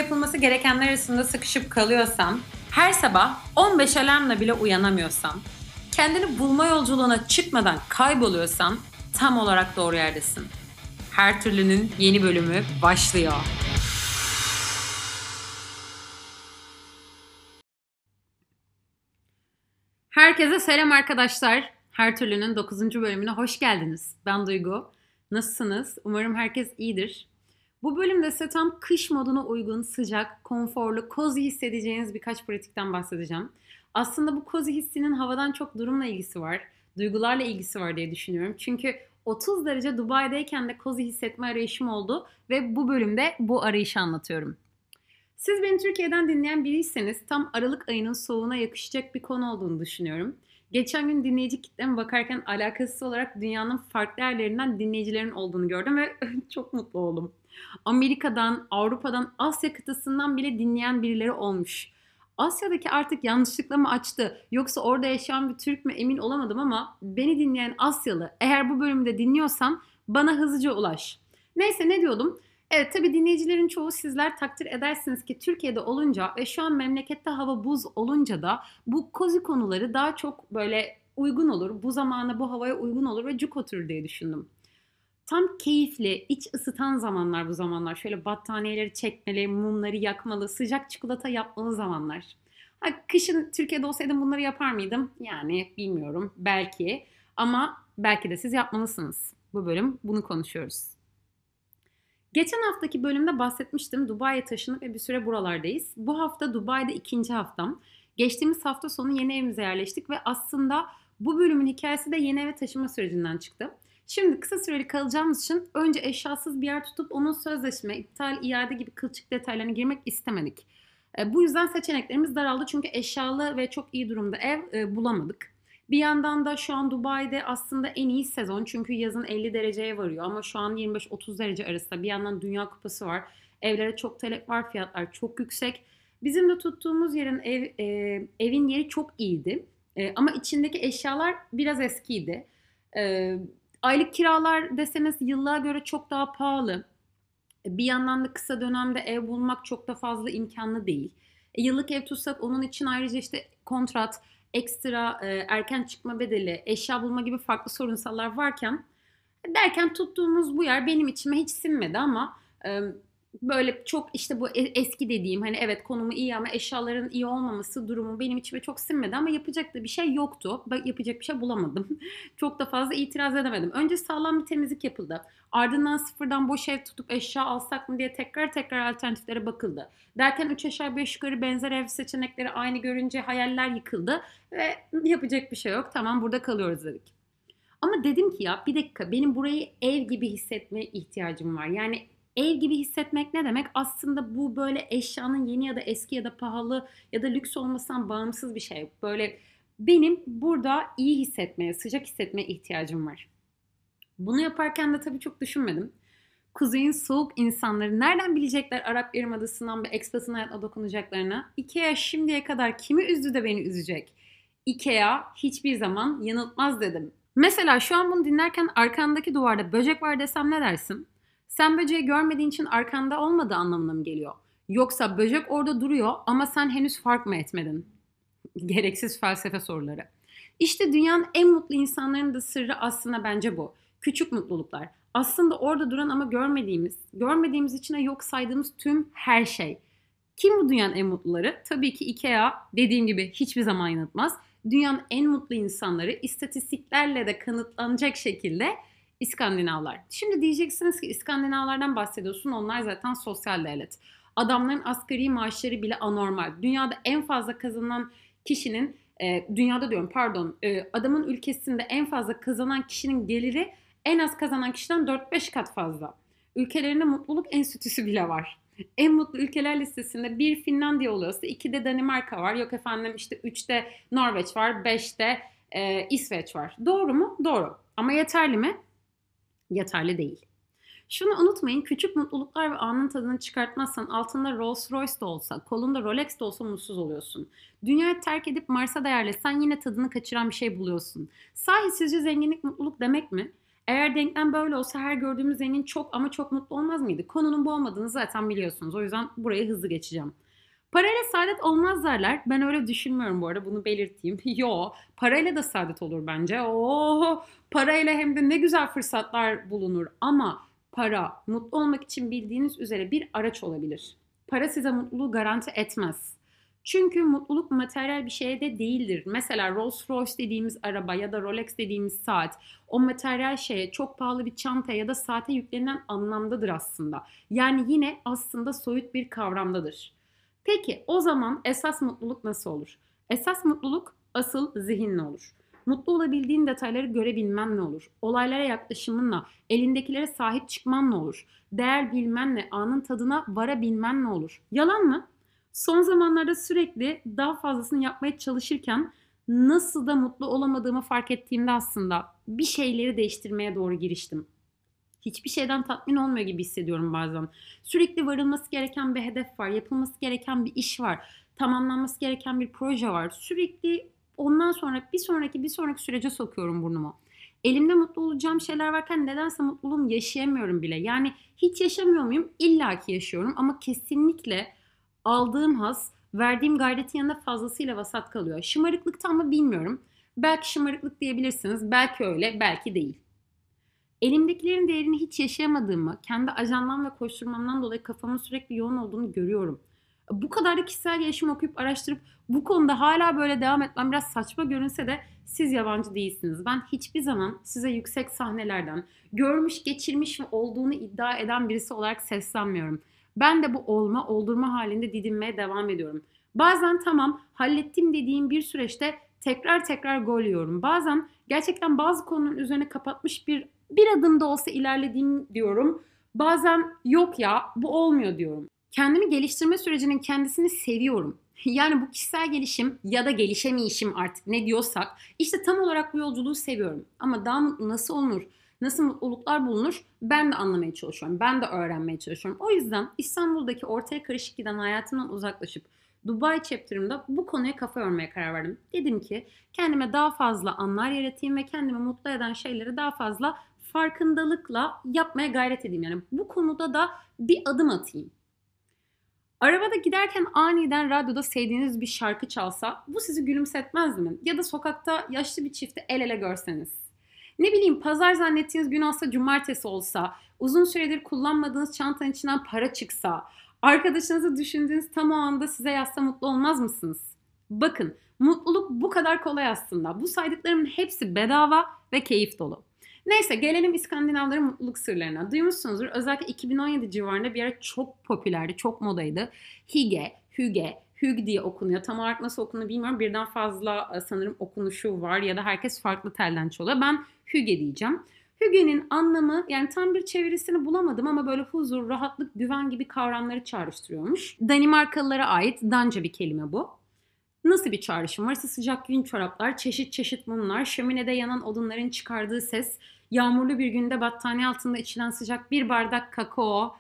yapılması gerekenler arasında sıkışıp kalıyorsan, her sabah 15 alarmla bile uyanamıyorsan, kendini bulma yolculuğuna çıkmadan kayboluyorsan tam olarak doğru yerdesin. Her Türlü'nün yeni bölümü başlıyor. Herkese selam arkadaşlar. Her Türlü'nün 9. bölümüne hoş geldiniz. Ben Duygu. Nasılsınız? Umarım herkes iyidir. Bu bölümde size tam kış moduna uygun, sıcak, konforlu, cozy hissedeceğiniz birkaç pratikten bahsedeceğim. Aslında bu cozy hissinin havadan çok durumla ilgisi var, duygularla ilgisi var diye düşünüyorum. Çünkü 30 derece Dubai'deyken de cozy hissetme arayışım oldu ve bu bölümde bu arayışı anlatıyorum. Siz beni Türkiye'den dinleyen biriyseniz tam Aralık ayının soğuğuna yakışacak bir konu olduğunu düşünüyorum. Geçen gün dinleyici kitleme bakarken alakasız olarak dünyanın farklı yerlerinden dinleyicilerin olduğunu gördüm ve çok mutlu oldum. Amerika'dan, Avrupa'dan, Asya kıtasından bile dinleyen birileri olmuş. Asya'daki artık yanlışlıkla mı açtı yoksa orada yaşayan bir Türk mü emin olamadım ama beni dinleyen Asyalı, eğer bu bölümde dinliyorsan bana hızlıca ulaş. Neyse, ne diyordum? Evet, tabii dinleyicilerin çoğu sizler takdir edersiniz ki Türkiye'de olunca ve şu an memlekette hava buz olunca da bu cozy konuları daha çok böyle uygun olur. Bu zamana, bu havaya uygun olur ve cuk oturur diye düşündüm. Tam keyifli, iç ısıtan zamanlar bu zamanlar. Şöyle battaniyeleri çekmeli, mumları yakmalı, sıcak çikolata yapmalı zamanlar. Ha, kışın Türkiye'de olsaydım bunları yapar mıydım? Yani bilmiyorum, belki. Ama belki de siz yapmalısınız. Bu bölüm bunu konuşuyoruz. Geçen haftaki bölümde bahsetmiştim. Dubai'ye taşındık ve bir süre buralardayız. Bu hafta Dubai'de ikinci haftam. Geçtiğimiz hafta sonu yeni evimize yerleştik ve aslında bu bölümün hikayesi de yeni eve taşıma sürecinden çıktı. Şimdi kısa süreli kalacağımız için önce eşyasız bir yer tutup onun sözleşme, iptal, iade gibi kılçık detaylarına girmek istemedik. Bu yüzden seçeneklerimiz daraldı çünkü eşyalı ve çok iyi durumda ev bulamadık. Bir yandan da şu an Dubai'de aslında en iyi sezon çünkü yazın 50 dereceye varıyor ama şu an 25-30 derece arasında. Bir yandan Dünya Kupası var. Evlere çok talep var, fiyatlar çok yüksek. Bizim de tuttuğumuz yerin evin yeri çok iyiydi. Ama içindeki eşyalar biraz eskiydi. E, Aylık kiralar deseniz yıllığa göre çok daha pahalı. Bir yandan da kısa dönemde ev bulmak çok da fazla imkanlı değil. Yıllık ev tutsak onun için ayrıca işte kontrat, ekstra erken çıkma bedeli, eşya bulma gibi farklı sorunsallar varken derken tuttuğumuz bu yer benim içime hiç sinmedi ama böyle çok işte bu eski dediğim hani evet konumu iyi ama eşyaların iyi olmaması durumu benim içime çok sinmedi ama yapacak da bir şey yoktu. Yapacak bir şey bulamadım. Çok da fazla itiraz edemedim. Önce sağlam bir temizlik yapıldı. Ardından sıfırdan boş ev tutup eşya alsak mı diye tekrar alternatiflere bakıldı. Derken 3 aşağı 5 yukarı benzer ev seçenekleri aynı görünce hayaller yıkıldı ve yapacak bir şey yok. Tamam, burada kalıyoruz dedik. Ama dedim ki ya bir dakika, benim burayı ev gibi hissetmeye ihtiyacım var. Yani ev gibi hissetmek ne demek? Aslında bu böyle eşyanın yeni ya da eski ya da pahalı ya da lüks olmasından bağımsız bir şey. Böyle benim burada iyi hissetmeye, sıcak hissetmeye ihtiyacım var. Bunu yaparken de tabii çok düşünmedim. Kuzeyin soğuk insanları nereden bilecekler Arap Yarımadası'ndan bir ekspatın hayatına dokunacaklarını? IKEA şimdiye kadar kimi üzdü de beni üzecek? IKEA hiçbir zaman yanıltmaz dedim. Mesela şu an bunu dinlerken arkandaki duvarda böcek var desem ne dersin? Sen böceği görmediğin için arkanda olmadığı anlamına mı geliyor? Yoksa böcek orada duruyor ama sen henüz fark mı etmedin? Gereksiz felsefe soruları. İşte dünyanın en mutlu insanların da sırrı aslında bence bu. Küçük mutluluklar. Aslında orada duran ama görmediğimiz içine yok saydığımız tüm her şey. Kim bu dünyanın en mutluları? Tabii ki IKEA, dediğim gibi hiçbir zaman yanıltmaz. Dünyanın en mutlu insanları istatistiklerle de kanıtlanacak şekilde İskandinavlar. Şimdi diyeceksiniz ki İskandinavlardan bahsediyorsun, onlar zaten sosyal devlet. Adamların asgari maaşları bile anormal. Dünyada en fazla kazanan kişinin, dünyada diyorum pardon, adamın ülkesinde en fazla kazanan kişinin geliri en az kazanan kişiden 4-5 kat fazla. Ülkelerinde mutluluk enstitüsü bile var. En mutlu ülkeler listesinde bir Finlandiya oluyorsa 2'de Danimarka var. Yok efendim işte 3'te Norveç var, 5'te İsveç var. Doğru mu? Doğru. Ama yeterli mi? Yeterli değil. Şunu unutmayın, küçük mutluluklar ve anın tadını çıkartmazsan altında Rolls Royce de olsa, kolunda Rolex de olsa mutsuz oluyorsun. Dünyayı terk edip Mars'a da yerleşsen yine tadını kaçıran bir şey buluyorsun. Sahi sizce zenginlik mutluluk demek mi? Eğer denklem böyle olsa her gördüğümüz zengin çok ama çok mutlu olmaz mıydı? Konunun bu olmadığını zaten biliyorsunuz. O yüzden burayı hızlı geçeceğim. Parayla saadet olmaz derler. Ben öyle düşünmüyorum bu arada, bunu belirteyim. Yo, parayla da saadet olur bence. Oo, parayla hem de ne güzel fırsatlar bulunur. Ama para mutlu olmak için bildiğiniz üzere bir araç olabilir. Para size mutluluğu garanti etmez. Çünkü mutluluk materyal bir şeye de değildir. Mesela Rolls Royce dediğimiz araba ya da Rolex dediğimiz saat o materyal şeye, çok pahalı bir çantaya ya da saate yüklenen anlamdadır aslında. Yani yine aslında soyut bir kavramdadır. Peki o zaman esas mutluluk nasıl olur? Esas mutluluk asıl zihinle olur. Mutlu olabildiğin detayları görebilmenle olur. Olaylara yaklaşımınla, elindekilere sahip çıkmanla olur. Değer bilmenle, anın tadına varabilmenle olur. Yalan mı? Son zamanlarda sürekli daha fazlasını yapmaya çalışırken nasıl da mutlu olamadığımı fark ettiğimde aslında bir şeyleri değiştirmeye doğru giriştim. Hiçbir şeyden tatmin olmuyor gibi hissediyorum bazen. Sürekli varılması gereken bir hedef var, yapılması gereken bir iş var, tamamlanması gereken bir proje var. Sürekli ondan sonra bir sonraki sürece sokuyorum burnumu. Elimde mutlu olacağım şeyler varken nedense mutluluğumu yaşayamıyorum bile. Yani hiç yaşamıyor muyum? İlla ki yaşıyorum ama kesinlikle aldığım haz, verdiğim gayretin yanında fazlasıyla vasat kalıyor. Şımarıklıktan mı bilmiyorum. Belki şımarıklık diyebilirsiniz. Belki öyle, belki değil. Elimdekilerin değerini hiç yaşayamadığımı, kendi ajandam ve koşturmamdan dolayı kafamın sürekli yoğun olduğunu görüyorum. Bu kadar da kişisel gelişim okuyup araştırıp bu konuda hala böyle devam etmem biraz saçma görünse de siz yabancı değilsiniz. Ben hiçbir zaman size yüksek sahnelerden görmüş, geçirmiş ve olduğunu iddia eden birisi olarak seslenmiyorum. Ben de bu olma, oldurma halinde didinmeye devam ediyorum. Bazen tamam hallettim dediğim bir süreçte tekrar tekrar gol yiyorum. Bazen gerçekten bazı konuların üzerine kapatmış bir adım da olsa ilerlediğim diyorum. Bazen yok ya bu olmuyor diyorum. Kendimi geliştirme sürecinin kendisini seviyorum. Yani bu kişisel gelişim ya da gelişemeyişim artık ne diyorsak işte tam olarak bu yolculuğu seviyorum. Ama daha mutlu nasıl olunur? Nasıl mutluluklar bulunur? Ben de anlamaya çalışıyorum. Ben de öğrenmeye çalışıyorum. O yüzden İstanbul'daki ortaya karışık giden hayatımdan uzaklaşıp Dubai chapter'ımda bu konuya kafa yormaya karar verdim. Dedim ki kendime daha fazla anlar yaratayım ve kendimi mutlu eden şeyleri daha fazla farkındalıkla yapmaya gayret edeyim. Yani bu konuda da bir adım atayım. Arabada giderken aniden radyoda sevdiğiniz bir şarkı çalsa bu sizi gülümsetmez mi? Ya da sokakta yaşlı bir çifti el ele görseniz. Ne bileyim pazar zannettiğiniz gün aslında cumartesi olsa, uzun süredir kullanmadığınız çantanın içinden para çıksa, arkadaşınızı düşündüğünüz tam o anda size yazsa mutlu olmaz mısınız? Bakın mutluluk bu kadar kolay aslında. Bu saydıklarımın hepsi bedava ve keyif dolu. Neyse gelelim İskandinavların mutluluk sırlarına. Duymuşsunuzdur. Özellikle 2017 civarında bir ara çok popülerdi, çok modaydı. Hüge diye okunuyor. Tam olarak nasıl okunuyor bilmiyorum. Birden fazla sanırım okunuşu var ya da herkes farklı telden çalıyor. Ben Hüge diyeceğim. Hüge'nin anlamı yani tam bir çevirisini bulamadım ama böyle huzur, rahatlık, güven gibi kavramları çağrıştırıyormuş. Danimarkalılara ait Danca bir kelime bu. Nasıl bir çağrışım var? Sıcak yün çoraplar, çeşit çeşit mumlar, şöminede yanan odunların çıkardığı ses, yağmurlu bir günde battaniye altında içilen sıcak bir bardak kakao.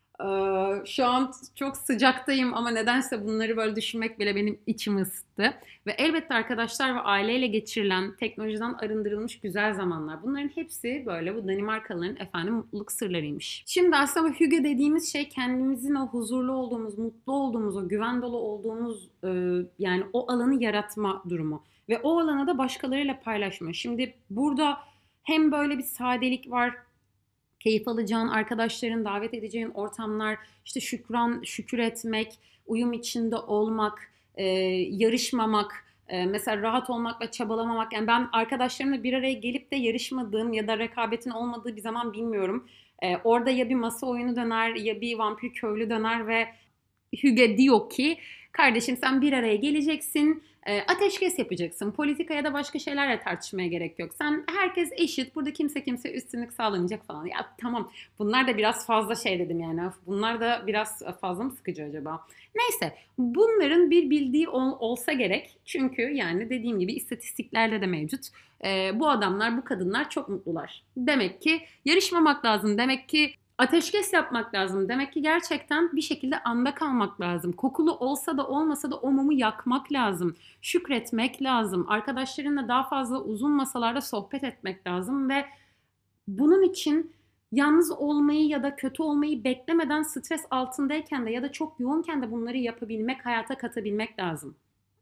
Şu an çok sıcaktayım ama nedense bunları böyle düşünmek bile benim içimi ısıttı. Ve elbette arkadaşlar ve aileyle geçirilen teknolojiden arındırılmış güzel zamanlar. Bunların hepsi böyle bu Danimarkalıların efendim mutluluk sırlarıymış. Şimdi aslında bu hüge dediğimiz şey kendimizin o huzurlu olduğumuz, mutlu olduğumuz, o güven dolu olduğumuz yani o alanı yaratma durumu. Ve o alanı da başkalarıyla paylaşma. Şimdi burada hem böyle bir sadelik var, keyif alacağın, arkadaşların davet edeceğin ortamlar, işte şükür etmek, uyum içinde olmak, yarışmamak, mesela rahat olmak ve çabalamamak. Yani ben arkadaşlarımla bir araya gelip de yarışmadığım ya da rekabetin olmadığı bir zaman bilmiyorum. Orada ya bir masa oyunu döner ya bir vampir köylü döner ve Hüge diyor ki kardeşim sen bir araya geleceksin, ateşkes yapacaksın. Politika ya da başka şeylerle tartışmaya gerek yok. Sen herkes eşit. Burada kimse üstünlük sağlamayacak falan. Ya tamam bunlar da biraz fazla şey dedim yani. Bunlar da biraz fazla mı sıkıcı acaba? Neyse bunların bir bildiği olsa gerek. Çünkü yani dediğim gibi istatistiklerde de mevcut. Bu adamlar bu kadınlar çok mutlular. Demek ki yarışmamak lazım. Demek ki ateşkes yapmak lazım. Demek ki gerçekten bir şekilde anda kalmak lazım. Kokulu olsa da olmasa da o mumu yakmak lazım. Şükretmek lazım. Arkadaşlarınla daha fazla uzun masalarda sohbet etmek lazım ve Bunun için yalnız olmayı ya da kötü olmayı beklemeden stres altındayken de ya da çok yoğunken de bunları yapabilmek, hayata katabilmek lazım.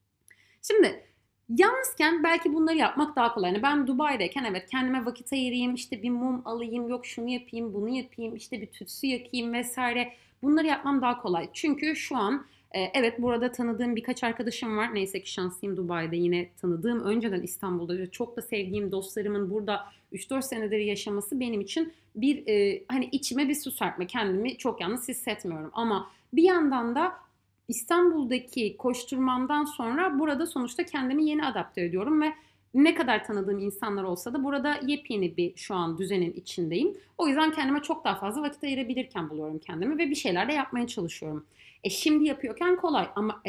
Şimdi yalnızken belki bunları yapmak daha kolay. Yani ben Dubai'deyken evet kendime vakit ayırayım, işte bir mum alayım, yok şunu yapayım, bunu yapayım, işte bir tütsü yakayım vesaire. Bunları yapmam daha kolay. Çünkü şu an evet burada tanıdığım birkaç arkadaşım var. Neyse ki şanslıyım, Dubai'de yine tanıdığım, önceden İstanbul'da çok da sevdiğim dostlarımın burada 3-4 senedir yaşaması benim için bir hani içime bir su serpme. Kendimi çok yalnız hissetmiyorum. Ama bir yandan da İstanbul'daki koşturmamdan sonra burada sonuçta kendimi yeni adapte ediyorum ve ne kadar tanıdığım insanlar olsa da burada yepyeni bir şu an düzenin içindeyim. O yüzden kendime çok daha fazla vakit ayırabilirken buluyorum kendimi ve bir şeyler de yapmaya çalışıyorum. Şimdi yapıyorken kolay ama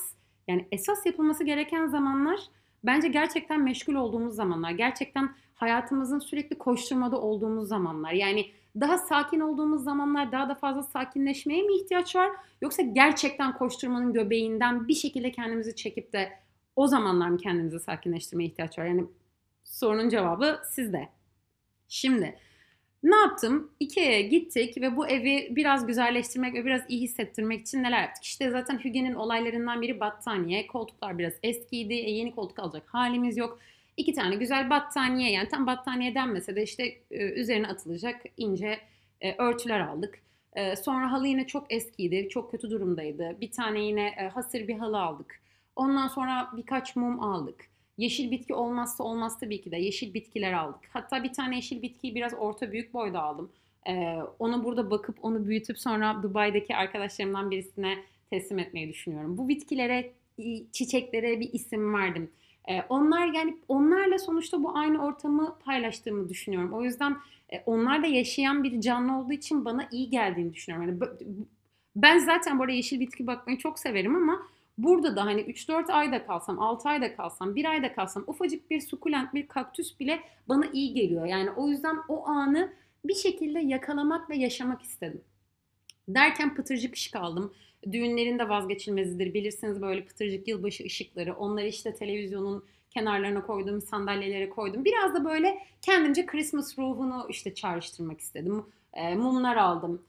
esas yapılması gereken zamanlar bence gerçekten meşgul olduğumuz zamanlar. Gerçekten hayatımızın sürekli koşturmada olduğumuz zamanlar. Yani daha sakin olduğumuz zamanlar, daha da fazla sakinleşmeye mi ihtiyaç var? Yoksa gerçekten koşturmanın göbeğinden bir şekilde kendimizi çekip de o zamanlar mı kendimizi sakinleştirmeye ihtiyaç var? Yani sorunun cevabı sizde. Şimdi ne yaptım? Ikea'ya gittik ve bu evi biraz güzelleştirmek ve biraz iyi hissettirmek için neler yaptık? İşte zaten Hüge'nin olaylarından biri battaniye. Koltuklar biraz eskiydi. Yeni koltuk alacak halimiz yok. İki tane güzel battaniye, yani tam battaniye denmese de işte üzerine atılacak ince örtüler aldık. Sonra halı yine çok eskiydi. Çok kötü durumdaydı. Bir tane yine hasır bir halı aldık. Ondan sonra birkaç mum aldık. Yeşil bitki olmazsa olmaz tabii ki de yeşil bitkiler aldık. Hatta bir tane yeşil bitkiyi biraz orta büyük boyda aldım. Onu burada bakıp onu büyütüp sonra Dubai'deki arkadaşlarımdan birisine teslim etmeyi düşünüyorum. Bu bitkilere, çiçeklere bir isim verdim. Onlar, yani onlarla sonuçta bu aynı ortamı paylaştığımı düşünüyorum. O yüzden onlar da yaşayan bir canlı olduğu için bana iyi geldiğini düşünüyorum. Yani ben zaten bu arada yeşil bitki bakmayı çok severim ama burada da hani 3-4 ayda kalsam, 6 ayda kalsam, 1 ayda kalsam ufacık bir sukulent, bir kaktüs bile bana iyi geliyor. Yani o yüzden o anı bir şekilde yakalamak ve yaşamak istedim. Derken pıtırcık ışık aldım. Düğünlerin de vazgeçilmezidir. Bilirsiniz böyle pıtırcık yılbaşı ışıkları. Onları işte televizyonun kenarlarına koydum, sandalyelere koydum. Biraz da böyle kendimce Christmas ruhunu işte çağrıştırmak istedim. Mumlar aldım.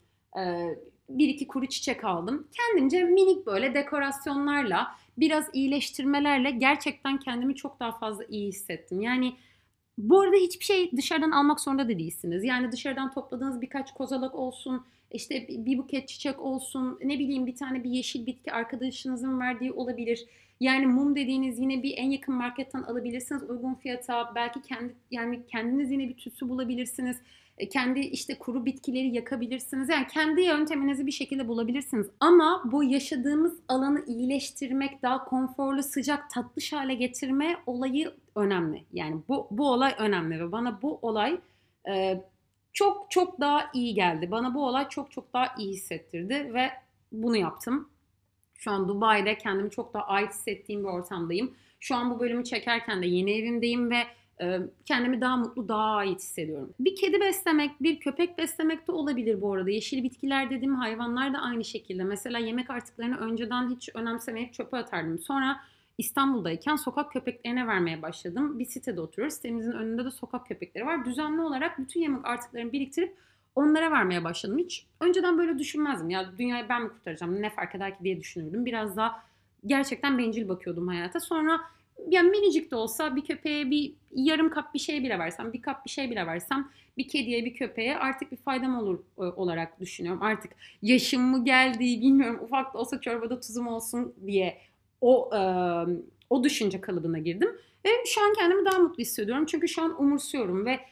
Bir iki kuru çiçek aldım. Kendimce minik böyle dekorasyonlarla, biraz iyileştirmelerle gerçekten kendimi çok daha fazla iyi hissettim. Yani bu arada hiçbir şey dışarıdan almak zorunda da değilsiniz. Yani dışarıdan topladığınız birkaç kozalak olsun, işte bir buket çiçek olsun, ne bileyim bir tane bir yeşil bitki arkadaşınızın verdiği olabilir. Yani mum dediğiniz yine bir en yakın marketten alabilirsiniz uygun fiyata. Belki kendiniz yine bir tütsü bulabilirsiniz. Kendi işte kuru bitkileri yakabilirsiniz. Yani kendi yönteminizi bir şekilde bulabilirsiniz. Ama bu yaşadığımız alanı iyileştirmek, daha konforlu, sıcak, tatlış hale getirme olayı önemli. Yani bu olay önemli ve bana bu olay e, çok çok daha iyi geldi. Bana bu olay çok çok daha iyi hissettirdi ve bunu yaptım. Şu an Dubai'de kendimi çok daha ait hissettiğim bir ortamdayım. Şu an bu bölümü çekerken de yeni evimdeyim ve kendimi daha mutlu, daha ait hissediyorum. Bir kedi beslemek, bir köpek beslemek de olabilir bu arada. Yeşil bitkiler dediğim hayvanlar da aynı şekilde. Mesela yemek artıklarını önceden hiç önemsemeyip çöpe atardım. Sonra İstanbul'dayken sokak köpeklerine vermeye başladım. Bir sitede oturuyoruz. Sitemizin önünde de sokak köpekleri var. Düzenli olarak bütün yemek artıklarını biriktirip onlara vermeye başladım. Hiç önceden böyle düşünmezdim. Ya dünyayı ben mi kurtaracağım, ne fark eder ki diye düşünürdüm. Biraz daha gerçekten bencil bakıyordum hayata. Sonra yani minicik de olsa bir köpeğe bir yarım kap bir şey bile versem, bir kap bir şey bile versem bir kediye, bir köpeğe artık bir faydam olur olarak düşünüyorum. Artık yaşım mı geldi bilmiyorum. Ufak da olsa çorbada tuzum olsun diye o e, o düşünce kalıbına girdim. Ve şu an kendimi daha mutlu hissediyorum. Çünkü şu an umursuyorum ve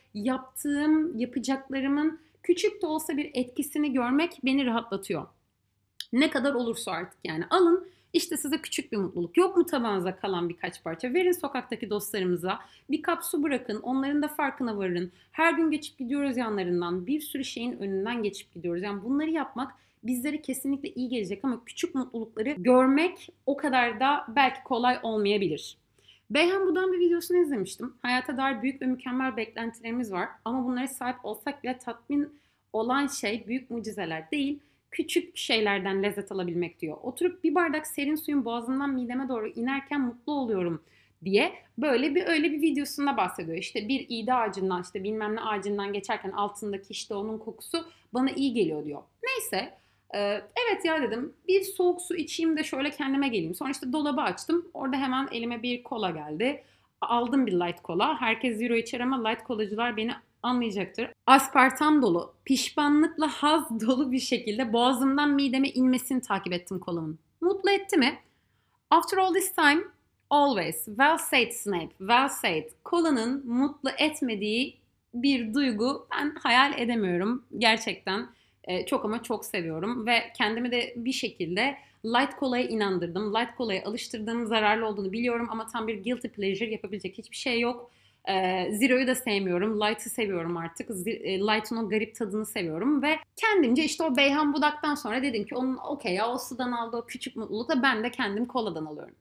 yapacaklarımın küçük de olsa bir etkisini görmek beni rahatlatıyor. Ne kadar olursa artık yani alın işte size küçük bir mutluluk. Yok mu tabanınıza kalan birkaç parça? Verin sokaktaki dostlarımıza. Bir kap su bırakın. Onların da farkına varın. Her gün geçip gidiyoruz yanlarından. Bir sürü şeyin önünden geçip gidiyoruz. Yani bunları yapmak bizlere kesinlikle iyi gelecek ama küçük mutlulukları görmek o kadar da belki kolay olmayabilir. Beyhan Budak'ın bir videosunu izlemiştim. Hayata dair büyük ve mükemmel beklentilerimiz var ama bunlara sahip olsak bile tatmin olan şey büyük mucizeler değil, küçük şeylerden lezzet alabilmek diyor. Oturup bir bardak serin suyun boğazımdan mideme doğru inerken mutlu oluyorum diye öyle bir videosunda bahsediyor. İşte bir iğde ağacından, işte bilmem ne ağacından geçerken altındaki işte onun kokusu bana iyi geliyor diyor. Neyse, evet ya dedim, bir soğuk su içeyim de şöyle kendime geleyim. Sonra işte dolabı açtım. Orada hemen elime bir kola geldi. Aldım bir light kola. Herkes zero içer ama light kolacılar beni anlayacaktır. Aspartam dolu, pişmanlıkla haz dolu bir şekilde boğazımdan mideme inmesini takip ettim kolamın. Mutlu etti mi? After all this time, always, well said Snape, well said. Kolanın mutlu etmediği bir duygu ben hayal edemiyorum. Gerçekten çok ama çok seviyorum ve kendimi de bir şekilde light cola'ya inandırdım. Light cola'ya alıştırdığım zararlı olduğunu biliyorum ama tam bir guilty pleasure yapabilecek hiçbir şey yok. Zero'yu da sevmiyorum. Light'ı seviyorum artık. Light'ın o garip tadını seviyorum ve kendimce işte o Beyhan Budak'tan sonra dedim ki onun okey ya, o sudan aldığı o küçük mutlulukla ben de kendim koladan alıyorum.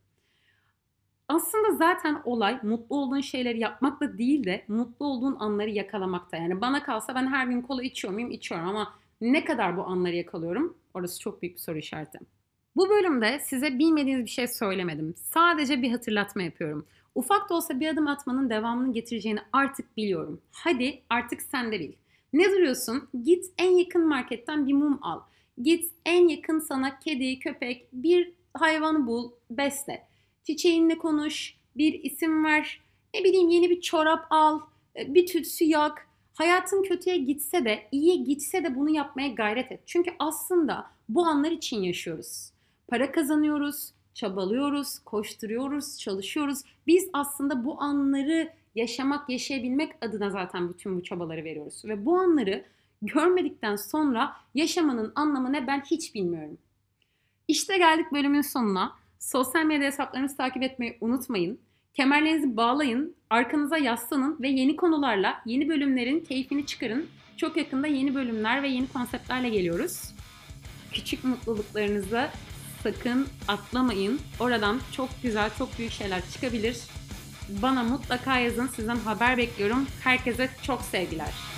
Aslında zaten olay mutlu olduğun şeyleri yapmakla değil de mutlu olduğun anları yakalamakta. Yani bana kalsa ben her gün kola içiyor muyum? İçiyorum ama ne kadar bu anları yakalıyorum? Orası çok büyük bir soru işareti. Bu bölümde size bilmediğiniz bir şey söylemedim. Sadece bir hatırlatma yapıyorum. Ufak da olsa bir adım atmanın devamını getireceğini artık biliyorum. Hadi artık sen de bil. Ne duruyorsun? Git en yakın marketten bir mum al. Git en yakın sana kedi, köpek, bir hayvanı bul, besle. Çiçeğinle konuş, bir isim ver. Ne bileyim, yeni bir çorap al, bir tütsü yak. Hayatın kötüye gitse de, iyiye gitse de bunu yapmaya gayret et. Çünkü aslında bu anlar için yaşıyoruz. Para kazanıyoruz, çabalıyoruz, koşturuyoruz, çalışıyoruz. Biz aslında bu anları yaşamak, yaşayabilmek adına zaten bütün bu çabaları veriyoruz. Ve bu anları görmedikten sonra yaşamanın anlamı ne, ben hiç bilmiyorum. İşte geldik bölümün sonuna. Sosyal medya hesaplarınızı takip etmeyi unutmayın. Kemerlerinizi bağlayın, arkanıza yaslanın ve yeni konularla, yeni bölümlerin keyfini çıkarın. Çok yakında yeni bölümler ve yeni konseptlerle geliyoruz. Küçük mutluluklarınızı sakın atlamayın. Oradan çok güzel, çok büyük şeyler çıkabilir. Bana mutlaka yazın. Sizden haber bekliyorum. Herkese çok sevgiler.